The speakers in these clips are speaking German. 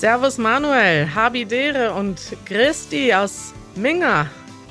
Servus Manuel, Habidere und Christi aus Minga.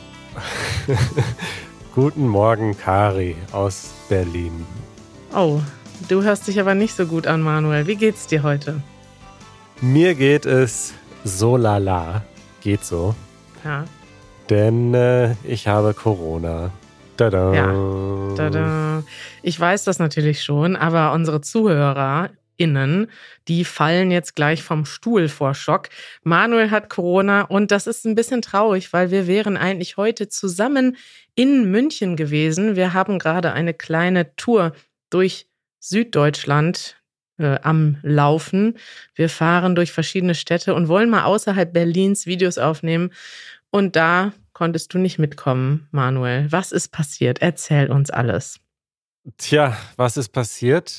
Guten Morgen, Kari aus Berlin. Oh, du hörst dich aber nicht so gut an, Manuel. Wie geht's dir heute? Mir geht es so lala. Geht so. Ja. Denn ich habe Corona. Tada. Ja. Tada. Ich weiß das natürlich schon, aber unsere ZuhörerInnen, die fallen jetzt gleich vom Stuhl vor Schock. Manuel hat Corona und das ist ein bisschen traurig, weil wir wären eigentlich heute zusammen in München gewesen. Wir haben gerade eine kleine Tour durch Süddeutschland am Laufen. Wir fahren durch verschiedene Städte und wollen mal außerhalb Berlins Videos aufnehmen. Und da konntest du nicht mitkommen, Manuel. Was ist passiert? Erzähl uns alles. Tja, was ist passiert?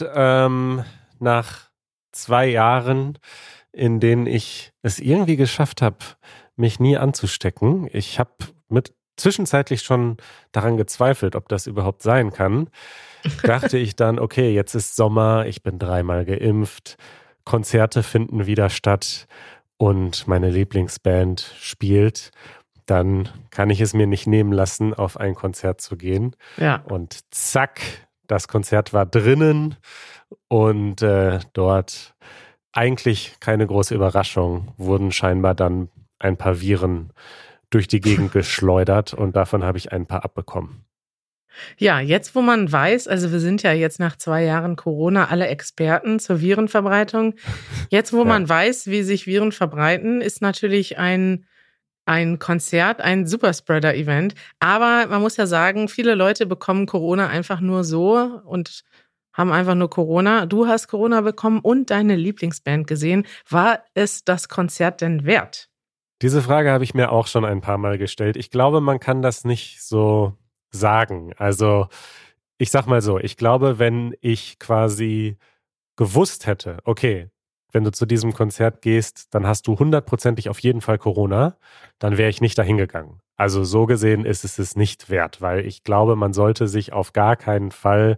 Nach 2 Jahren, in denen ich es irgendwie geschafft habe, mich nie anzustecken. Ich habe zwischenzeitlich schon daran gezweifelt, ob das überhaupt sein kann. Dachte ich dann, okay, jetzt ist Sommer, ich bin 3-mal geimpft, Konzerte finden wieder statt und meine Lieblingsband spielt. Dann kann ich es mir nicht nehmen lassen, auf ein Konzert zu gehen. Ja. Und zack, das Konzert war drinnen und dort eigentlich keine große Überraschung, wurden scheinbar dann ein paar Viren durch die Gegend geschleudert und davon habe ich ein paar abbekommen. Ja, jetzt wo man weiß, also wir sind ja jetzt nach 2 Jahren Corona alle Experten zur Virenverbreitung. Jetzt wo man weiß, wie sich Viren verbreiten, ist natürlich ein Konzert, ein Superspreader-Event. Aber man muss ja sagen, viele Leute bekommen Corona einfach nur so und haben einfach nur Corona. Du hast Corona bekommen und deine Lieblingsband gesehen. War es das Konzert denn wert? Diese Frage habe ich mir auch schon ein paar Mal gestellt. Ich glaube, man kann das nicht so sagen. Also ich sag mal so, ich glaube, wenn ich quasi gewusst hätte, okay, wenn du zu diesem Konzert gehst, dann hast du 100%ig auf jeden Fall Corona, dann wäre ich nicht dahin gegangen. Also so gesehen ist es nicht wert, weil ich glaube, man sollte sich auf gar keinen Fall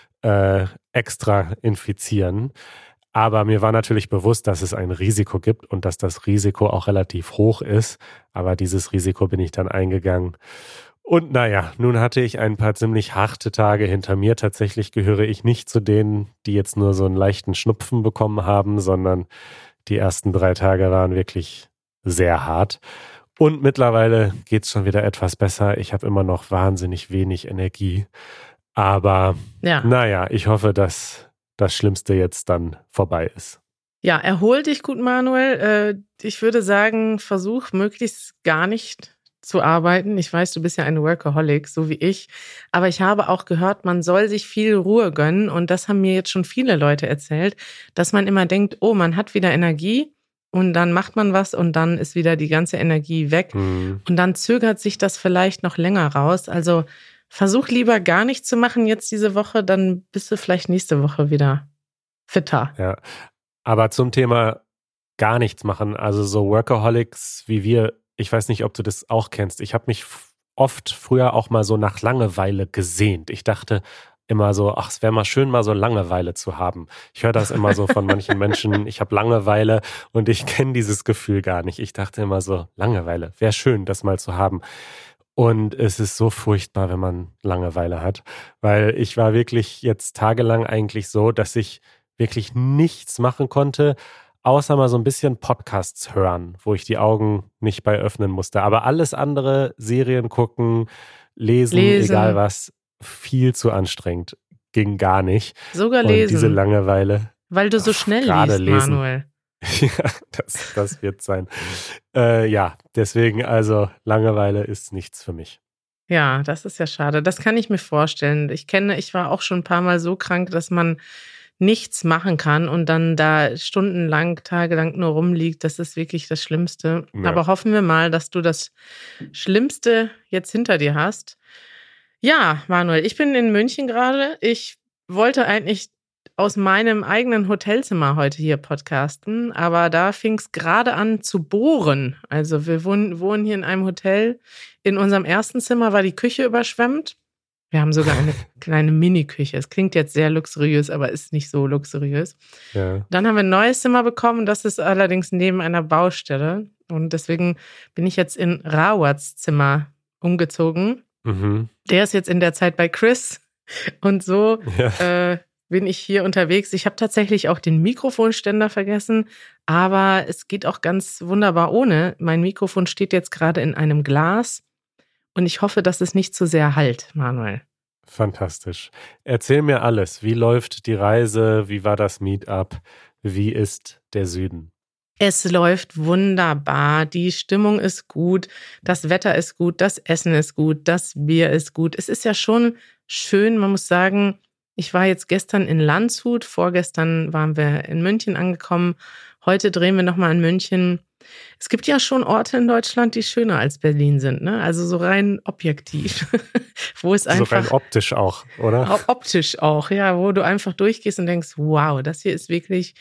extra infizieren. Aber mir war natürlich bewusst, dass es ein Risiko gibt und dass das Risiko auch relativ hoch ist. Aber dieses Risiko bin ich dann eingegangen. Und naja, nun hatte ich ein paar ziemlich harte Tage hinter mir. Tatsächlich gehöre ich nicht zu denen, die jetzt nur so einen leichten Schnupfen bekommen haben, sondern die ersten 3 Tage waren wirklich sehr hart. Und mittlerweile geht es schon wieder etwas besser. Ich habe immer noch wahnsinnig wenig Energie. Aber naja, ich hoffe, dass das Schlimmste jetzt dann vorbei ist. Ja, erhol dich gut, Manuel. Ich würde sagen, versuch möglichst gar nicht zu arbeiten. Ich weiß, du bist ja ein Workaholic, so wie ich. Aber ich habe auch gehört, man soll sich viel Ruhe gönnen. Und das haben mir jetzt schon viele Leute erzählt, dass man immer denkt, oh, man hat wieder Energie und dann macht man was und dann ist wieder die ganze Energie weg. Und dann zögert sich das vielleicht noch länger raus. Also versuch lieber gar nichts zu machen jetzt diese Woche, dann bist du vielleicht nächste Woche wieder fitter. Ja, aber zum Thema gar nichts machen, also so Workaholics wie wir, ich weiß nicht, ob du das auch kennst. Ich habe mich oft früher auch mal so nach Langeweile gesehnt. Ich dachte immer so, ach, es wäre mal schön, mal so Langeweile zu haben. Ich höre das immer so von manchen Menschen, ich habe Langeweile und ich kenne dieses Gefühl gar nicht. Ich dachte immer so, Langeweile, wäre schön, das mal zu haben. Und es ist so furchtbar, wenn man Langeweile hat, weil ich war wirklich jetzt tagelang eigentlich so, dass ich wirklich nichts machen konnte, außer mal so ein bisschen Podcasts hören, wo ich die Augen nicht bei öffnen musste. Aber alles andere, Serien gucken, lesen, egal was, viel zu anstrengend. Ging gar nicht. Sogar und lesen. Diese Langeweile. Weil du so schnell liest, lesen. Manuel. Ja, das wird sein. Ja, deswegen also Langeweile ist nichts für mich. Ja, das ist ja schade. Das kann ich mir vorstellen. Ich war auch schon ein paar Mal so krank, dass man nichts machen kann und dann da stundenlang, tagelang nur rumliegt. Das ist wirklich das Schlimmste. Ja. Aber hoffen wir mal, dass du das Schlimmste jetzt hinter dir hast. Ja, Manuel, ich bin in München gerade. Ich wollte eigentlich aus meinem eigenen Hotelzimmer heute hier podcasten, aber da fing es gerade an zu bohren. Also wir wohnen hier in einem Hotel. In unserem ersten Zimmer war die Küche überschwemmt Wir haben sogar eine kleine Mini-Küche. Es klingt jetzt sehr luxuriös, aber ist nicht so luxuriös. Ja. Dann haben wir ein neues Zimmer bekommen. Das ist allerdings neben einer Baustelle. Und deswegen bin ich jetzt in Rawats Zimmer umgezogen. Mhm. Der ist jetzt in der Zeit bei Chris. Und so Ja. bin ich hier unterwegs. Ich habe tatsächlich auch den Mikrofonständer vergessen, aber es geht auch ganz wunderbar ohne. Mein Mikrofon steht jetzt gerade in einem Glas und ich hoffe, dass es nicht zu sehr hallt, Manuel. Fantastisch. Erzähl mir alles. Wie läuft die Reise? Wie war das Meetup? Wie ist der Süden? Es läuft wunderbar. Die Stimmung ist gut, das Wetter ist gut, das Essen ist gut, das Bier ist gut. Es ist ja schon schön, man muss sagen, ich war jetzt gestern in Landshut, vorgestern waren wir in München angekommen, heute drehen wir nochmal in München. Es gibt ja schon Orte in Deutschland, die schöner als Berlin sind, ne? Also so rein objektiv, wo es einfach... So rein optisch auch, oder? Optisch auch, ja, wo du einfach durchgehst und denkst, wow, das hier ist wirklich...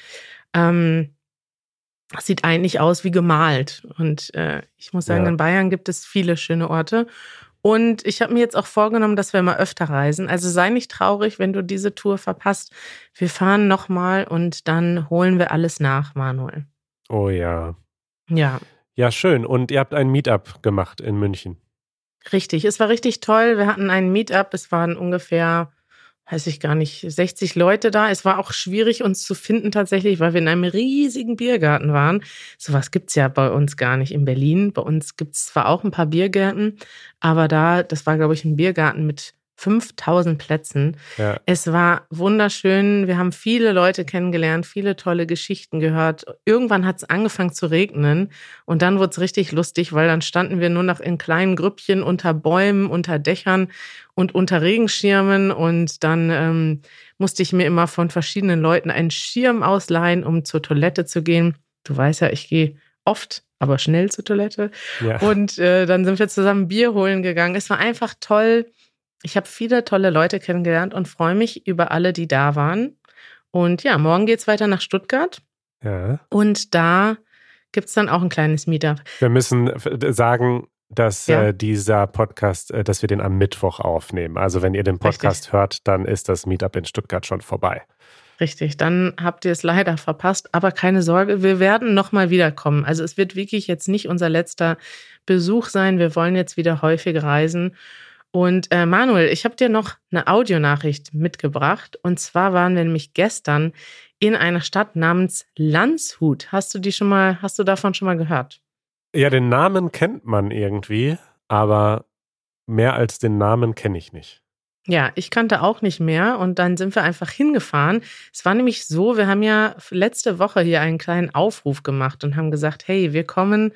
sieht eigentlich aus wie gemalt. Und ich muss sagen, in Bayern gibt es viele schöne Orte. Und ich habe mir jetzt auch vorgenommen, dass wir mal öfter reisen. Also sei nicht traurig, wenn du diese Tour verpasst. Wir fahren nochmal und dann holen wir alles nach, Manuel. Oh ja. Ja. Ja, schön. Und ihr habt ein Meetup gemacht in München. Richtig, es war richtig toll. Wir hatten ein Meetup. Es waren ungefähr, weiß ich gar nicht, 60 Leute da. Es war auch schwierig, uns zu finden tatsächlich, weil wir in einem riesigen Biergarten waren. Sowas gibt's ja bei uns gar nicht in Berlin. Bei uns gibt's zwar auch ein paar Biergärten, aber das war, glaube ich, ein Biergarten mit 5000 Plätzen. Ja. Es war wunderschön. Wir haben viele Leute kennengelernt, viele tolle Geschichten gehört. Irgendwann hat es angefangen zu regnen und dann wurde es richtig lustig, weil dann standen wir nur noch in kleinen Grüppchen unter Bäumen, unter Dächern und unter Regenschirmen und dann musste ich mir immer von verschiedenen Leuten einen Schirm ausleihen, um zur Toilette zu gehen. Du weißt ja, ich gehe oft, aber schnell zur Toilette. Ja. Und dann sind wir zusammen Bier holen gegangen. Es war einfach toll. Ich habe viele tolle Leute kennengelernt und freue mich über alle, die da waren. Und ja, morgen geht's weiter nach Stuttgart. Ja. Und da gibt's dann auch ein kleines Meetup. Wir müssen sagen, dass dieser Podcast, dass wir den am Mittwoch aufnehmen. Also wenn ihr den Podcast hört, dann ist das Meetup in Stuttgart schon vorbei. Richtig, dann habt ihr es leider verpasst. Aber keine Sorge, wir werden nochmal wiederkommen. Also es wird wirklich jetzt nicht unser letzter Besuch sein. Wir wollen jetzt wieder häufig reisen. Und Manuel, ich habe dir noch eine Audionachricht mitgebracht. Und zwar waren wir nämlich gestern in einer Stadt namens Landshut. Hast du davon schon mal gehört? Ja, den Namen kennt man irgendwie, aber mehr als den Namen kenne ich nicht. Ja, ich kannte auch nicht mehr und dann sind wir einfach hingefahren. Es war nämlich so, wir haben ja letzte Woche hier einen kleinen Aufruf gemacht und haben gesagt, hey, wir kommen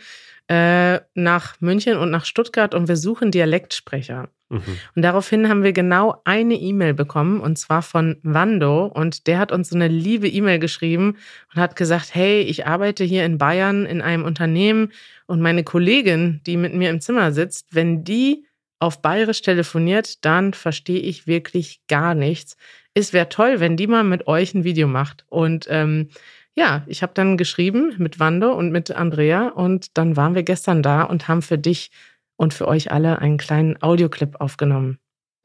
nach München und nach Stuttgart und wir suchen Dialektsprecher. Mhm. Und daraufhin haben wir genau eine E-Mail bekommen und zwar von Wando und der hat uns so eine liebe E-Mail geschrieben und hat gesagt, hey, ich arbeite hier in Bayern in einem Unternehmen und meine Kollegin, die mit mir im Zimmer sitzt, wenn die auf Bayerisch telefoniert, dann verstehe ich wirklich gar nichts. Es wäre toll, wenn die mal mit euch ein Video macht. Und ja, ich habe dann geschrieben mit Wando und mit Andrea und dann waren wir gestern da und haben für dich und für euch alle einen kleinen Audioclip aufgenommen.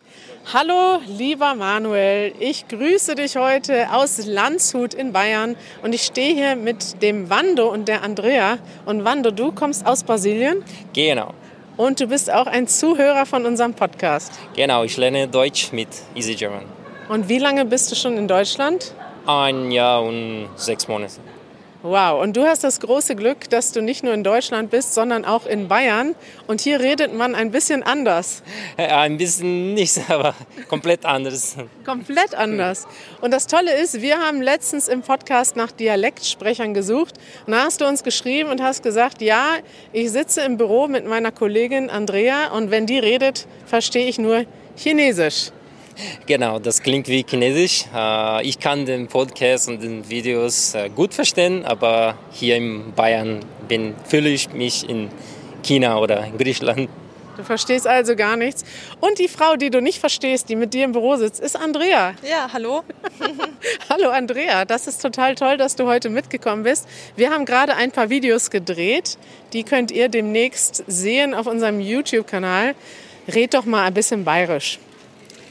Hallo, lieber Manuel, ich grüße dich heute aus Landshut in Bayern und ich stehe hier mit dem Wando und der Andrea. Und Wando, du kommst aus Brasilien? Genau. Und du bist auch ein Zuhörer von unserem Podcast? Genau, ich lerne Deutsch mit Easy German. Und wie lange bist du schon in Deutschland? 1 Jahr und 6 Monate. Wow, und du hast das große Glück, dass du nicht nur in Deutschland bist, sondern auch in Bayern. Und hier redet man ein bisschen anders. Ein bisschen nicht, aber komplett anders. Komplett anders. Und das Tolle ist, wir haben letztens im Podcast nach Dialektsprechern gesucht. Und da hast du uns geschrieben und hast gesagt, ja, ich sitze im Büro mit meiner Kollegin Andrea und wenn die redet, verstehe ich nur Chinesisch. Genau, das klingt wie Chinesisch. Ich kann den Podcast und den Videos gut verstehen, aber hier in Bayern fühle ich mich in China oder in Griechenland. Du verstehst also gar nichts. Und die Frau, die du nicht verstehst, die mit dir im Büro sitzt, ist Andrea. Ja, hallo. Hallo Andrea, das ist total toll, dass du heute mitgekommen bist. Wir haben gerade ein paar Videos gedreht, die könnt ihr demnächst sehen auf unserem YouTube-Kanal. Red doch mal ein bisschen bayerisch.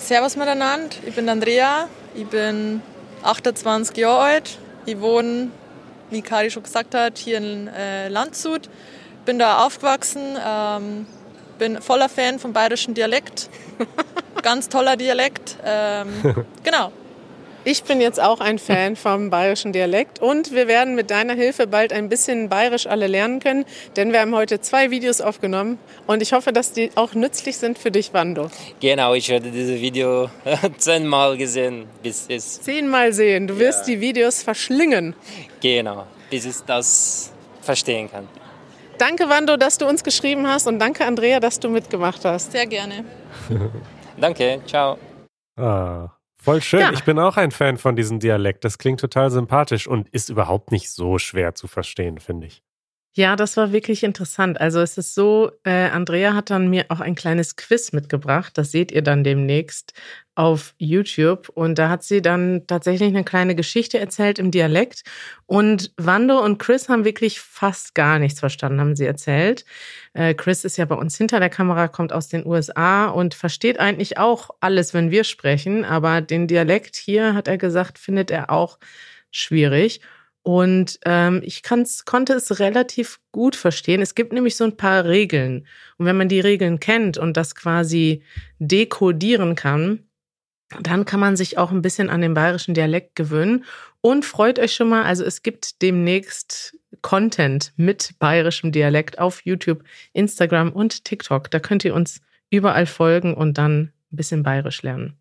Servus miteinander, ich bin Andrea, ich bin 28 Jahre alt. Ich wohne, wie Kari schon gesagt hat, hier in Landshut. Bin da aufgewachsen, bin voller Fan vom bayerischen Dialekt. Ganz toller Dialekt. Genau. Ich bin jetzt auch ein Fan vom bayerischen Dialekt und wir werden mit deiner Hilfe bald ein bisschen bayerisch alle lernen können, denn wir haben heute 2 Videos aufgenommen und ich hoffe, dass die auch nützlich sind für dich, Wando. Genau, ich werde dieses Video 10-mal gesehen, bis es... 10-mal sehen, du wirst die Videos verschlingen. Genau, bis ich das verstehen kann. Danke, Wando, dass du uns geschrieben hast und danke, Andrea, dass du mitgemacht hast. Sehr gerne. Danke, ciao. Voll schön. Ja. Ich bin auch ein Fan von diesem Dialekt. Das klingt total sympathisch und ist überhaupt nicht so schwer zu verstehen, finde ich. Ja, das war wirklich interessant. Also es ist so, Andrea hat dann mir auch ein kleines Quiz mitgebracht. Das seht ihr dann demnächst auf YouTube. Und da hat sie dann tatsächlich eine kleine Geschichte erzählt im Dialekt. Und Wando und Chris haben wirklich fast gar nichts verstanden, haben sie erzählt. Chris ist ja bei uns hinter der Kamera, kommt aus den USA und versteht eigentlich auch alles, wenn wir sprechen. Aber den Dialekt hier, hat er gesagt, findet er auch schwierig. Und ich konnte es relativ gut verstehen. Es gibt nämlich so ein paar Regeln. Und wenn man die Regeln kennt und das quasi dekodieren kann, dann kann man sich auch ein bisschen an den bayerischen Dialekt gewöhnen. Und freut euch schon mal, also es gibt demnächst Content mit bayerischem Dialekt auf YouTube, Instagram und TikTok. Da könnt ihr uns überall folgen und dann ein bisschen bayerisch lernen.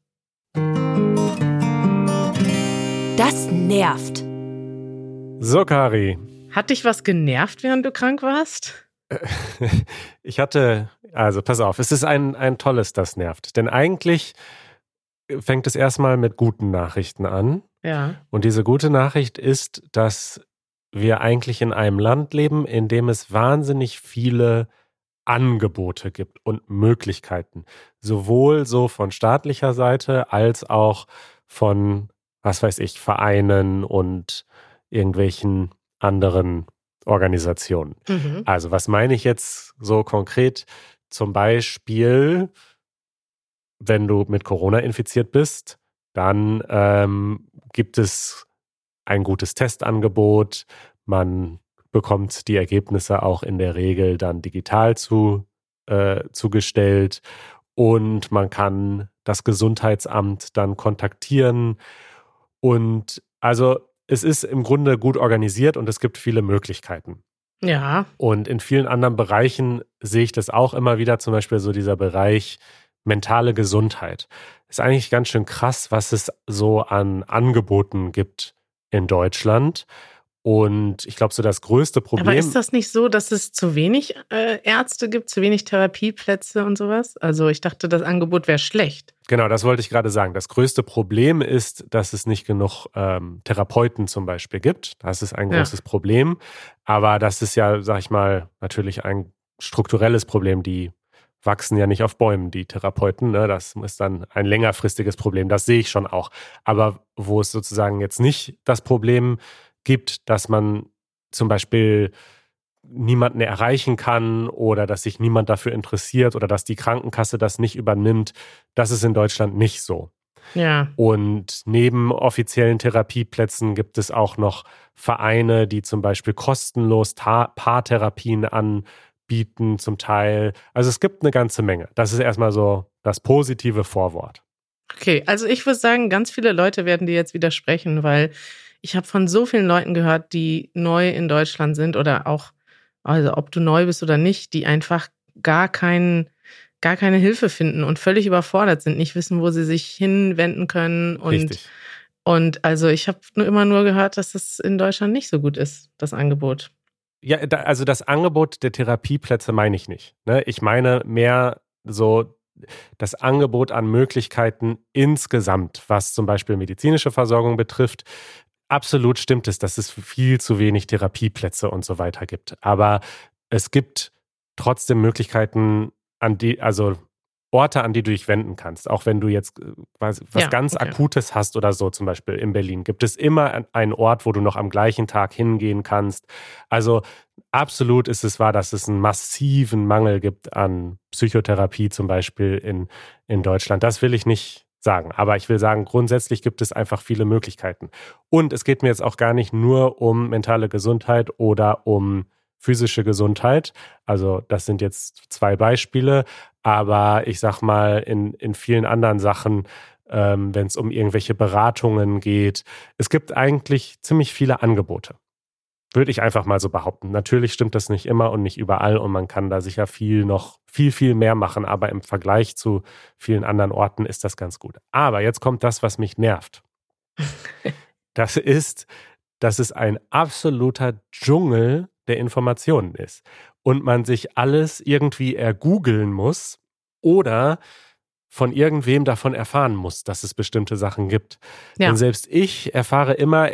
Das nervt. So, Kari. Hat dich was genervt, während du krank warst? Also pass auf, es ist ein tolles, das nervt. Denn eigentlich fängt es erstmal mit guten Nachrichten an. Ja. Und diese gute Nachricht ist, dass wir eigentlich in einem Land leben, in dem es wahnsinnig viele Angebote gibt und Möglichkeiten. Sowohl so von staatlicher Seite als auch von, was weiß ich, Vereinen und irgendwelchen anderen Organisationen. Mhm. Also was meine ich jetzt so konkret? Zum Beispiel, wenn du mit Corona infiziert bist, dann gibt es ein gutes Testangebot. Man bekommt die Ergebnisse auch in der Regel dann digital zugestellt und man kann das Gesundheitsamt dann kontaktieren. Und also es ist im Grunde gut organisiert und es gibt viele Möglichkeiten. Ja. Und in vielen anderen Bereichen sehe ich das auch immer wieder, zum Beispiel so dieser Bereich mentale Gesundheit. Ist eigentlich ganz schön krass, was es so an Angeboten gibt in Deutschland. Und ich glaube, so das größte Problem... Aber ist das nicht so, dass es zu wenig Ärzte gibt, zu wenig Therapieplätze und sowas? Also ich dachte, das Angebot wäre schlecht. Genau, das wollte ich gerade sagen. Das größte Problem ist, dass es nicht genug Therapeuten zum Beispiel gibt. Das ist ein großes Problem. Aber das ist ja, sag ich mal, natürlich ein strukturelles Problem. Die wachsen ja nicht auf Bäumen, die Therapeuten. Ne? Das ist dann ein längerfristiges Problem. Das sehe ich schon auch. Aber wo es sozusagen jetzt nicht das Problem gibt, dass man zum Beispiel niemanden erreichen kann oder dass sich niemand dafür interessiert oder dass die Krankenkasse das nicht übernimmt, das ist in Deutschland nicht so. Ja. Und neben offiziellen Therapieplätzen gibt es auch noch Vereine, die zum Beispiel kostenlos Paartherapien anbieten zum Teil. Also es gibt eine ganze Menge. Das ist erstmal so das positive Vorwort. Okay, also ich würde sagen, ganz viele Leute werden dir jetzt widersprechen, weil ich habe von so vielen Leuten gehört, die neu in Deutschland sind oder auch, also ob du neu bist oder nicht, die einfach gar keine Hilfe finden und völlig überfordert sind, nicht wissen, wo sie sich hinwenden können. Richtig. Und also ich habe immer nur gehört, dass das in Deutschland nicht so gut ist, das Angebot. Ja, also das Angebot der Therapieplätze meine ich nicht. Ne? Ich meine mehr so das Angebot an Möglichkeiten insgesamt, was zum Beispiel medizinische Versorgung betrifft. Absolut stimmt es, dass es viel zu wenig Therapieplätze und so weiter gibt. Aber es gibt trotzdem Möglichkeiten, also Orte, an die du dich wenden kannst. Auch wenn du jetzt was ganz Akutes hast oder so, zum Beispiel in Berlin, gibt es immer einen Ort, wo du noch am gleichen Tag hingehen kannst. Also absolut ist es wahr, dass es einen massiven Mangel gibt an Psychotherapie zum Beispiel in Deutschland. Das will ich nicht sagen. Aber ich will sagen, grundsätzlich gibt es einfach viele Möglichkeiten. Und es geht mir jetzt auch gar nicht nur um mentale Gesundheit oder um physische Gesundheit. Also das sind jetzt 2 Beispiele. Aber ich sag mal, in vielen anderen Sachen, wenn es um irgendwelche Beratungen geht, es gibt eigentlich ziemlich viele Angebote. Würde ich einfach mal so behaupten. Natürlich stimmt das nicht immer und nicht überall und man kann da sicher viel mehr machen, aber im Vergleich zu vielen anderen Orten ist das ganz gut. Aber jetzt kommt das, was mich nervt. Das ist, dass es ein absoluter Dschungel der Informationen ist und man sich alles irgendwie ergoogeln muss oder von irgendwem davon erfahren muss, dass es bestimmte Sachen gibt. Ja. Denn selbst ich erfahre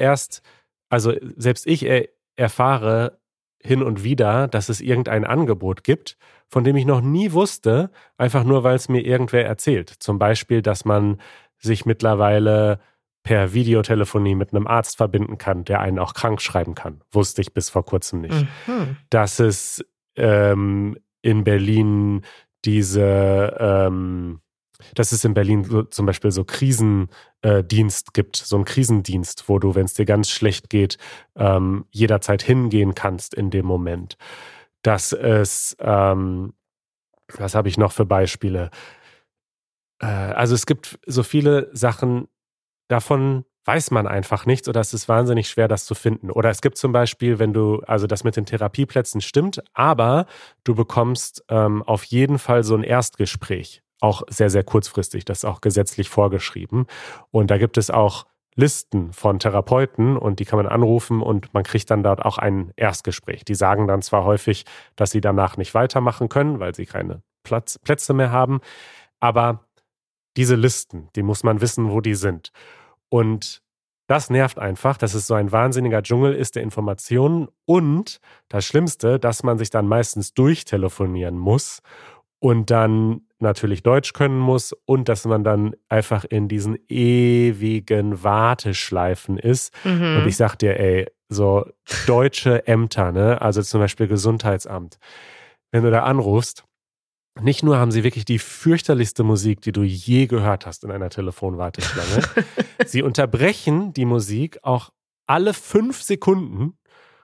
erfahre hin und wieder, dass es irgendein Angebot gibt, von dem ich noch nie wusste, einfach nur, weil es mir irgendwer erzählt. Zum Beispiel, dass man sich mittlerweile per Videotelefonie mit einem Arzt verbinden kann, der einen auch krank schreiben kann. Wusste ich bis vor kurzem nicht. Mhm. Dass es in Berlin dass es in Berlin zum Beispiel so Krisendienst gibt, so einen Krisendienst, wo du, wenn es dir ganz schlecht geht, jederzeit hingehen kannst in dem Moment. Dass es, was habe ich noch für Beispiele? Also es gibt so viele Sachen, davon weiß man einfach nichts oder es ist wahnsinnig schwer, das zu finden. Oder es gibt zum Beispiel, also das mit den Therapieplätzen stimmt, aber du bekommst auf jeden Fall so ein Erstgespräch. Auch sehr, sehr kurzfristig. Das ist auch gesetzlich vorgeschrieben. Und da gibt es auch Listen von Therapeuten und die kann man anrufen und man kriegt dann dort auch ein Erstgespräch. Die sagen dann zwar häufig, dass sie danach nicht weitermachen können, weil sie keine Plätze mehr haben, aber diese Listen, die muss man wissen, wo die sind. Und das nervt einfach, dass es so ein wahnsinniger Dschungel ist der Informationen und das Schlimmste, dass man sich dann meistens durchtelefonieren muss und dann natürlich Deutsch können muss und dass man dann einfach in diesen ewigen Warteschleifen ist. Mhm. Und ich sag dir, so deutsche Ämter, ne, also zum Beispiel Gesundheitsamt, wenn du da anrufst, nicht nur haben sie wirklich die fürchterlichste Musik, die du je gehört hast in einer Telefonwarteschlange, sie unterbrechen die Musik auch alle 5 Sekunden,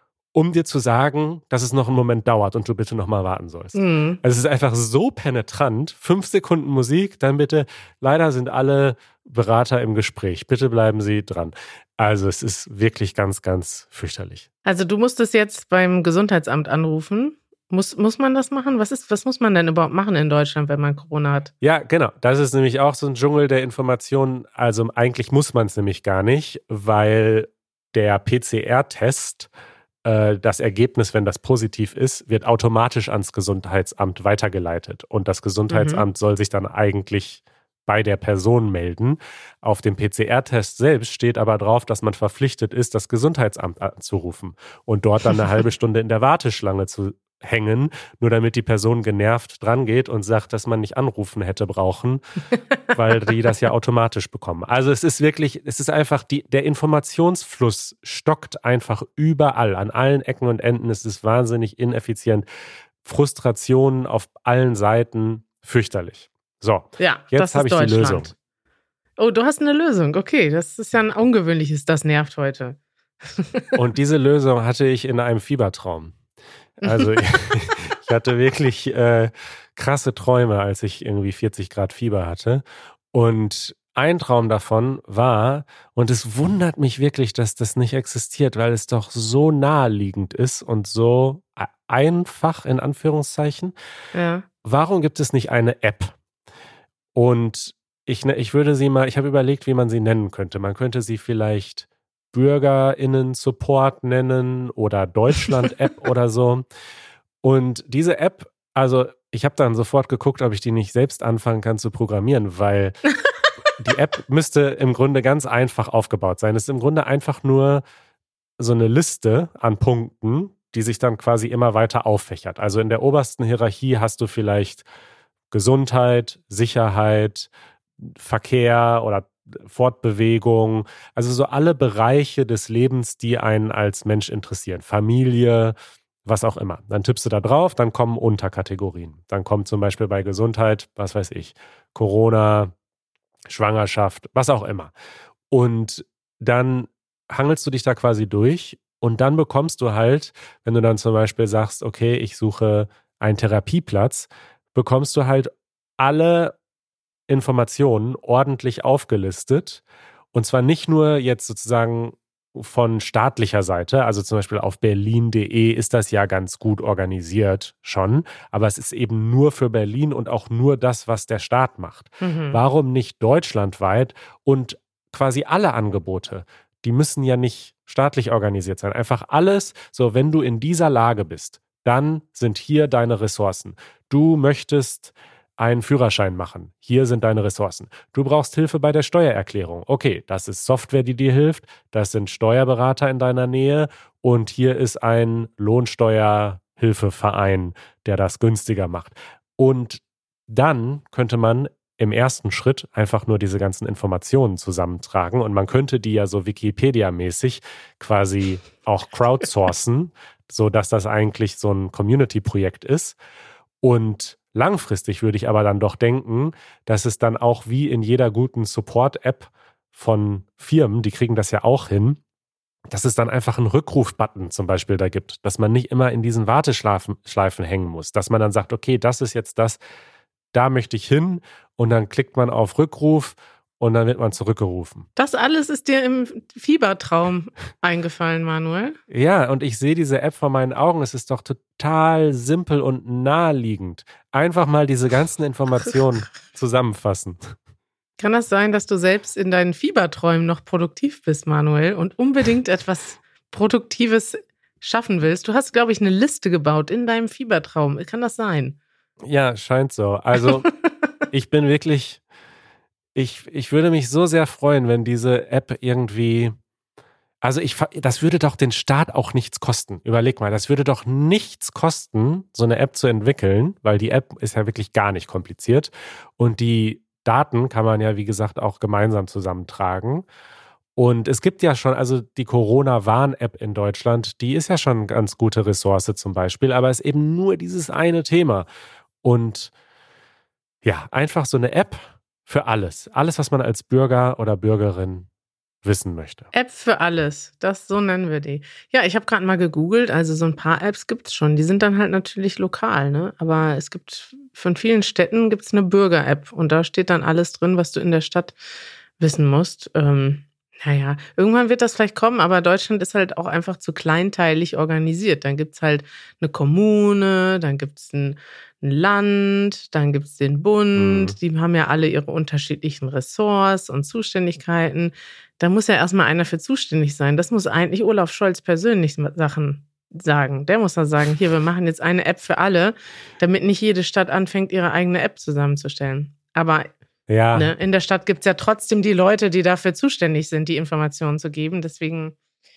um dir zu sagen, dass es noch einen Moment dauert und du bitte noch mal warten sollst. Mhm. Also es ist einfach so penetrant. 5 Sekunden Musik, dann bitte, leider sind alle Berater im Gespräch. Bitte bleiben Sie dran. Also es ist wirklich ganz, ganz fürchterlich. Also du musstest jetzt beim Gesundheitsamt anrufen. Muss man das machen? Was muss man denn überhaupt machen in Deutschland, wenn man Corona hat? Ja, genau. Das ist nämlich auch so ein Dschungel der Informationen. Also eigentlich muss man es nämlich gar nicht, weil der PCR-Test das Ergebnis, wenn das positiv ist, wird automatisch ans Gesundheitsamt weitergeleitet. Und das Gesundheitsamt soll sich dann eigentlich bei der Person melden. Auf dem PCR-Test selbst steht aber drauf, dass man verpflichtet ist, das Gesundheitsamt anzurufen und dort dann eine halbe Stunde in der Warteschlange zu hängen, nur damit die Person genervt dran geht und sagt, dass man nicht anrufen hätte brauchen, weil die das ja automatisch bekommen. Also es ist einfach, der Informationsfluss stockt einfach überall, an allen Ecken und Enden. Es ist wahnsinnig ineffizient. Frustrationen auf allen Seiten, fürchterlich. So, ja, jetzt habe ich die Lösung. Oh, du hast eine Lösung. Okay, das ist ja ein ungewöhnliches, das nervt heute. Und diese Lösung hatte ich in einem Fiebertraum. Also ich hatte wirklich krasse Träume, als ich irgendwie 40 Grad Fieber hatte. Und ein Traum davon war, und es wundert mich wirklich, dass das nicht existiert, weil es doch so naheliegend ist und so einfach, in Anführungszeichen. Ja. Warum gibt es nicht eine App? Und ich habe überlegt, wie man sie nennen könnte. Man könnte sie vielleicht BürgerInnen-Support nennen oder Deutschland-App oder so. Und diese App, also ich habe dann sofort geguckt, ob ich die nicht selbst anfangen kann zu programmieren, weil die App müsste im Grunde ganz einfach aufgebaut sein. Es ist im Grunde einfach nur so eine Liste an Punkten, die sich dann quasi immer weiter auffächert. Also in der obersten Hierarchie hast du vielleicht Gesundheit, Sicherheit, Verkehr oder Fortbewegung, also so alle Bereiche des Lebens, die einen als Mensch interessieren. Familie, was auch immer. Dann tippst du da drauf, dann kommen Unterkategorien. Dann kommt zum Beispiel bei Gesundheit, was weiß ich, Corona, Schwangerschaft, was auch immer. Und dann hangelst du dich da quasi durch und dann bekommst du halt, wenn du dann zum Beispiel sagst, okay, ich suche einen Therapieplatz, bekommst du halt alle Informationen ordentlich aufgelistet. Und zwar nicht nur jetzt sozusagen von staatlicher Seite, also zum Beispiel auf berlin.de ist das ja ganz gut organisiert schon, aber es ist eben nur für Berlin und auch nur das, was der Staat macht. Warum nicht deutschlandweit und quasi alle Angebote? Die müssen ja nicht staatlich organisiert sein. Einfach alles, so wenn du in dieser Lage bist, dann sind hier deine Ressourcen. Du möchtest einen Führerschein machen. Hier sind deine Ressourcen. Du brauchst Hilfe bei der Steuererklärung. Okay, das ist Software, die dir hilft. Das sind Steuerberater in deiner Nähe. Und hier ist ein Lohnsteuerhilfeverein, der das günstiger macht. Und dann könnte man im ersten Schritt einfach nur diese ganzen Informationen zusammentragen. Und man könnte die ja so Wikipedia-mäßig quasi auch crowdsourcen, sodass das eigentlich so ein Community-Projekt ist. Und langfristig würde ich aber dann doch denken, dass es dann auch wie in jeder guten Support-App von Firmen, die kriegen das ja auch hin, dass es dann einfach einen Rückruf-Button zum Beispiel da gibt, dass man nicht immer in diesen Warteschleifen hängen muss, dass man dann sagt, okay, das ist jetzt das, da möchte ich hin und dann klickt man auf Rückruf und dann wird man zurückgerufen. Das alles ist dir im Fiebertraum eingefallen, Manuel? Ja, und ich sehe diese App vor meinen Augen. Es ist doch total simpel und naheliegend. Einfach mal diese ganzen Informationen zusammenfassen. Kann das sein, dass du selbst in deinen Fieberträumen noch produktiv bist, Manuel, und unbedingt etwas Produktives schaffen willst? Du hast, glaube ich, eine Liste gebaut in deinem Fiebertraum. Kann das sein? Ja, scheint so. Also ich bin wirklich... Ich würde mich so sehr freuen, wenn diese App irgendwie, also das würde doch den Staat auch nichts kosten. Überleg mal, das würde doch nichts kosten, so eine App zu entwickeln, weil die App ist ja wirklich gar nicht kompliziert und die Daten kann man ja, wie gesagt, auch gemeinsam zusammentragen. Und es gibt ja schon, also die Corona-Warn-App in Deutschland, die ist ja schon eine ganz gute Ressource zum Beispiel, aber es ist eben nur dieses eine Thema. Und ja, einfach so eine App für alles. Alles, was man als Bürger oder Bürgerin wissen möchte. App für alles. So nennen wir die. Ja, ich habe gerade mal gegoogelt. Also so ein paar Apps gibt es schon. Die sind dann halt natürlich lokal, ne? Aber es gibt von vielen Städten gibt's eine Bürger-App. Und da steht dann alles drin, was du in der Stadt wissen musst. Naja, irgendwann wird das vielleicht kommen, aber Deutschland ist halt auch einfach zu kleinteilig organisiert. Dann gibt's halt eine Kommune, dann gibt's ein Land, dann gibt's den Bund. Die haben ja alle ihre unterschiedlichen Ressorts und Zuständigkeiten. Da muss ja erstmal einer für zuständig sein. Das muss eigentlich Olaf Scholz persönlich Sachen sagen. Der muss dann sagen, hier, wir machen jetzt eine App für alle, damit nicht jede Stadt anfängt, ihre eigene App zusammenzustellen. Aber ja. Ne, in der Stadt gibt es ja trotzdem die Leute, die dafür zuständig sind, die Informationen zu geben. Deswegen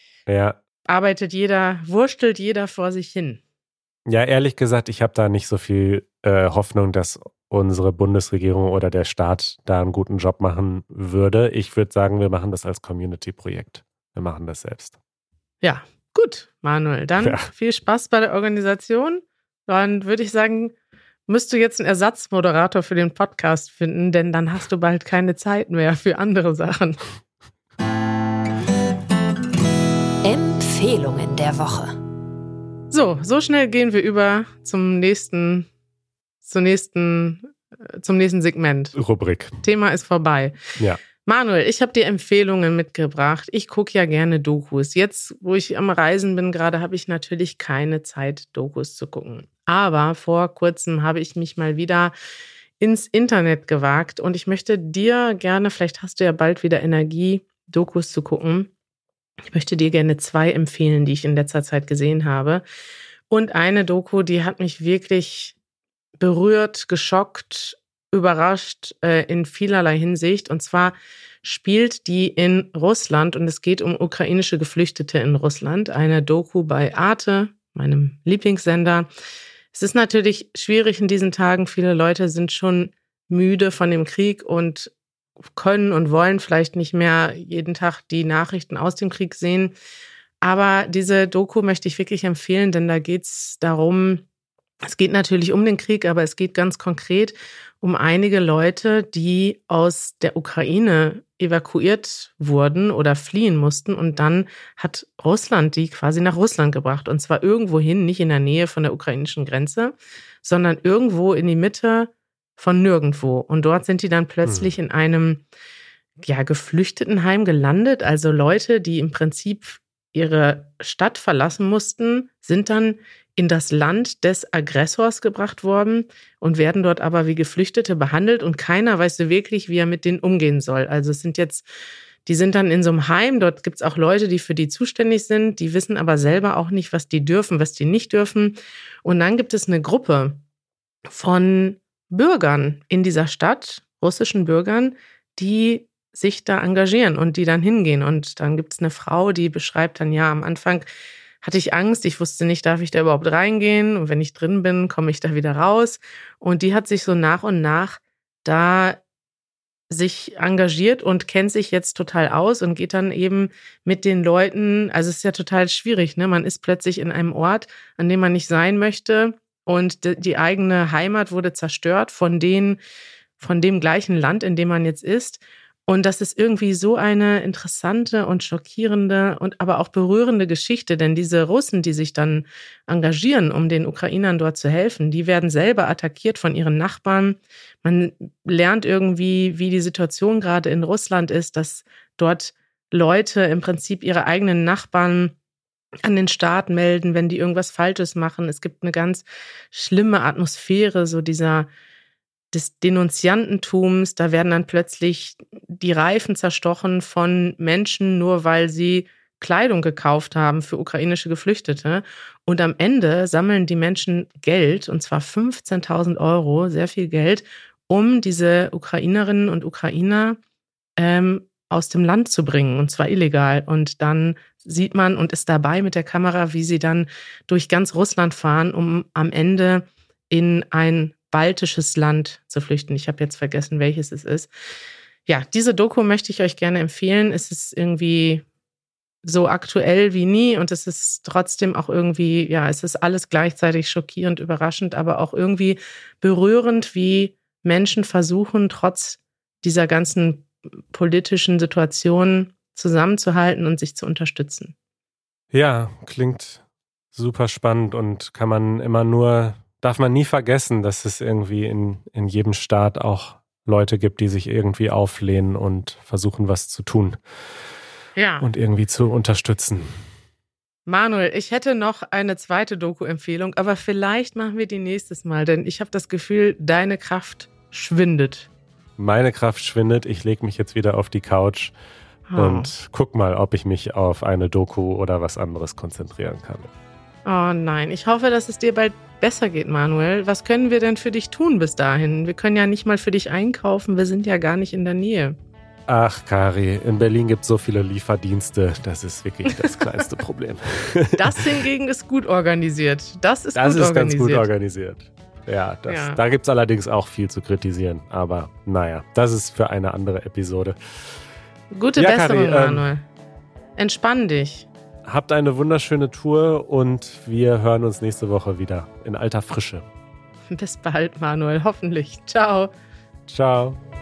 wurstelt jeder vor sich hin. Ja, ehrlich gesagt, ich habe da nicht so viel Hoffnung, dass unsere Bundesregierung oder der Staat da einen guten Job machen würde. Ich würde sagen, wir machen das als Community-Projekt. Wir machen das selbst. Ja, gut, Manuel. Dann viel Spaß bei der Organisation. Dann würde ich sagen, müsst du jetzt einen Ersatzmoderator für den Podcast finden, denn dann hast du bald keine Zeit mehr für andere Sachen. Empfehlungen der Woche. So schnell gehen wir über zum nächsten Segment. Rubrik. Thema ist vorbei. Ja. Manuel, ich habe dir Empfehlungen mitgebracht. Ich gucke ja gerne Dokus. Jetzt, wo ich am Reisen bin gerade, habe ich natürlich keine Zeit, Dokus zu gucken. Aber vor kurzem habe ich mich mal wieder ins Internet gewagt und ich möchte dir gerne, vielleicht hast du ja bald wieder Energie, Dokus zu gucken. Ich möchte dir gerne 2 empfehlen, die ich in letzter Zeit gesehen habe. Und eine Doku, die hat mich wirklich berührt, geschockt, überrascht in vielerlei Hinsicht. Und zwar spielt die in Russland und es geht um ukrainische Geflüchtete in Russland. Eine Doku bei Arte, meinem Lieblingssender. Es ist natürlich schwierig in diesen Tagen. Viele Leute sind schon müde von dem Krieg und können und wollen vielleicht nicht mehr jeden Tag die Nachrichten aus dem Krieg sehen. Aber diese Doku möchte ich wirklich empfehlen, denn da geht es darum, Es geht natürlich um den Krieg, aber es geht ganz konkret um einige Leute, die aus der Ukraine evakuiert wurden oder fliehen mussten. Und dann hat Russland die quasi nach Russland gebracht. Und zwar irgendwo hin, nicht in der Nähe von der ukrainischen Grenze, sondern irgendwo in die Mitte von nirgendwo. Und dort sind die dann plötzlich in einem Geflüchtetenheim gelandet. Also Leute, die im Prinzip ihre Stadt verlassen mussten, sind dann in das Land des Aggressors gebracht worden und werden dort aber wie Geflüchtete behandelt und keiner weiß so wirklich, wie er mit denen umgehen soll. Also die sind dann in so einem Heim, dort gibt es auch Leute, die für die zuständig sind, die wissen aber selber auch nicht, was die dürfen, was die nicht dürfen. Und dann gibt es eine Gruppe von Bürgern in dieser Stadt, russischen Bürgern, die sich da engagieren und die dann hingehen. Und dann gibt es eine Frau, die beschreibt dann, ja, am Anfang hatte ich Angst, ich wusste nicht, darf ich da überhaupt reingehen? Und wenn ich drin bin, komme ich da wieder raus. Und die hat sich so nach und nach da sich engagiert und kennt sich jetzt total aus und geht dann eben mit den Leuten, also es ist ja total schwierig, ne? Man ist plötzlich in einem Ort, an dem man nicht sein möchte und die eigene Heimat wurde zerstört von dem gleichen Land, in dem man jetzt ist. Und das ist irgendwie so eine interessante und schockierende und aber auch berührende Geschichte, denn diese Russen, die sich dann engagieren, um den Ukrainern dort zu helfen, die werden selber attackiert von ihren Nachbarn. Man lernt irgendwie, wie die Situation gerade in Russland ist, dass dort Leute im Prinzip ihre eigenen Nachbarn an den Staat melden, wenn die irgendwas Falsches machen. Es gibt eine ganz schlimme Atmosphäre, so des Denunziantentums, da werden dann plötzlich die Reifen zerstochen von Menschen, nur weil sie Kleidung gekauft haben für ukrainische Geflüchtete. Und am Ende sammeln die Menschen Geld, und zwar 15.000 €, sehr viel Geld, um diese Ukrainerinnen und Ukrainer aus dem Land zu bringen, und zwar illegal. Und dann sieht man und ist dabei mit der Kamera, wie sie dann durch ganz Russland fahren, um am Ende in ein baltisches Land zu flüchten. Ich habe jetzt vergessen, welches es ist. Ja, diese Doku möchte ich euch gerne empfehlen. Es ist irgendwie so aktuell wie nie und es ist trotzdem auch irgendwie, ja, es ist alles gleichzeitig schockierend, überraschend, aber auch irgendwie berührend, wie Menschen versuchen, trotz dieser ganzen politischen Situation zusammenzuhalten und sich zu unterstützen. Ja, klingt super spannend und darf man nie vergessen, dass es irgendwie in jedem Staat auch Leute gibt, die sich irgendwie auflehnen und versuchen, was zu tun. Ja. Und irgendwie zu unterstützen. Manuel, ich hätte noch eine zweite Doku-Empfehlung, aber vielleicht machen wir die nächstes Mal, denn ich habe das Gefühl, deine Kraft schwindet. Meine Kraft schwindet, ich lege mich jetzt wieder auf die Couch und guck mal, ob ich mich auf eine Doku oder was anderes konzentrieren kann. Oh nein, ich hoffe, dass es dir bald besser geht, Manuel. Was können wir denn für dich tun bis dahin? Wir können ja nicht mal für dich einkaufen, wir sind ja gar nicht in der Nähe. Ach, Kari, in Berlin gibt es so viele Lieferdienste, das ist wirklich das kleinste Problem. Das hingegen ist gut organisiert. Das ist ganz gut organisiert. Ja, da gibt es allerdings auch viel zu kritisieren. Aber naja, das ist für eine andere Episode. Gute Besserung, Manuel. Entspann dich. Habt eine wunderschöne Tour und wir hören uns nächste Woche wieder in alter Frische. Bis bald, Manuel, hoffentlich. Ciao. Ciao.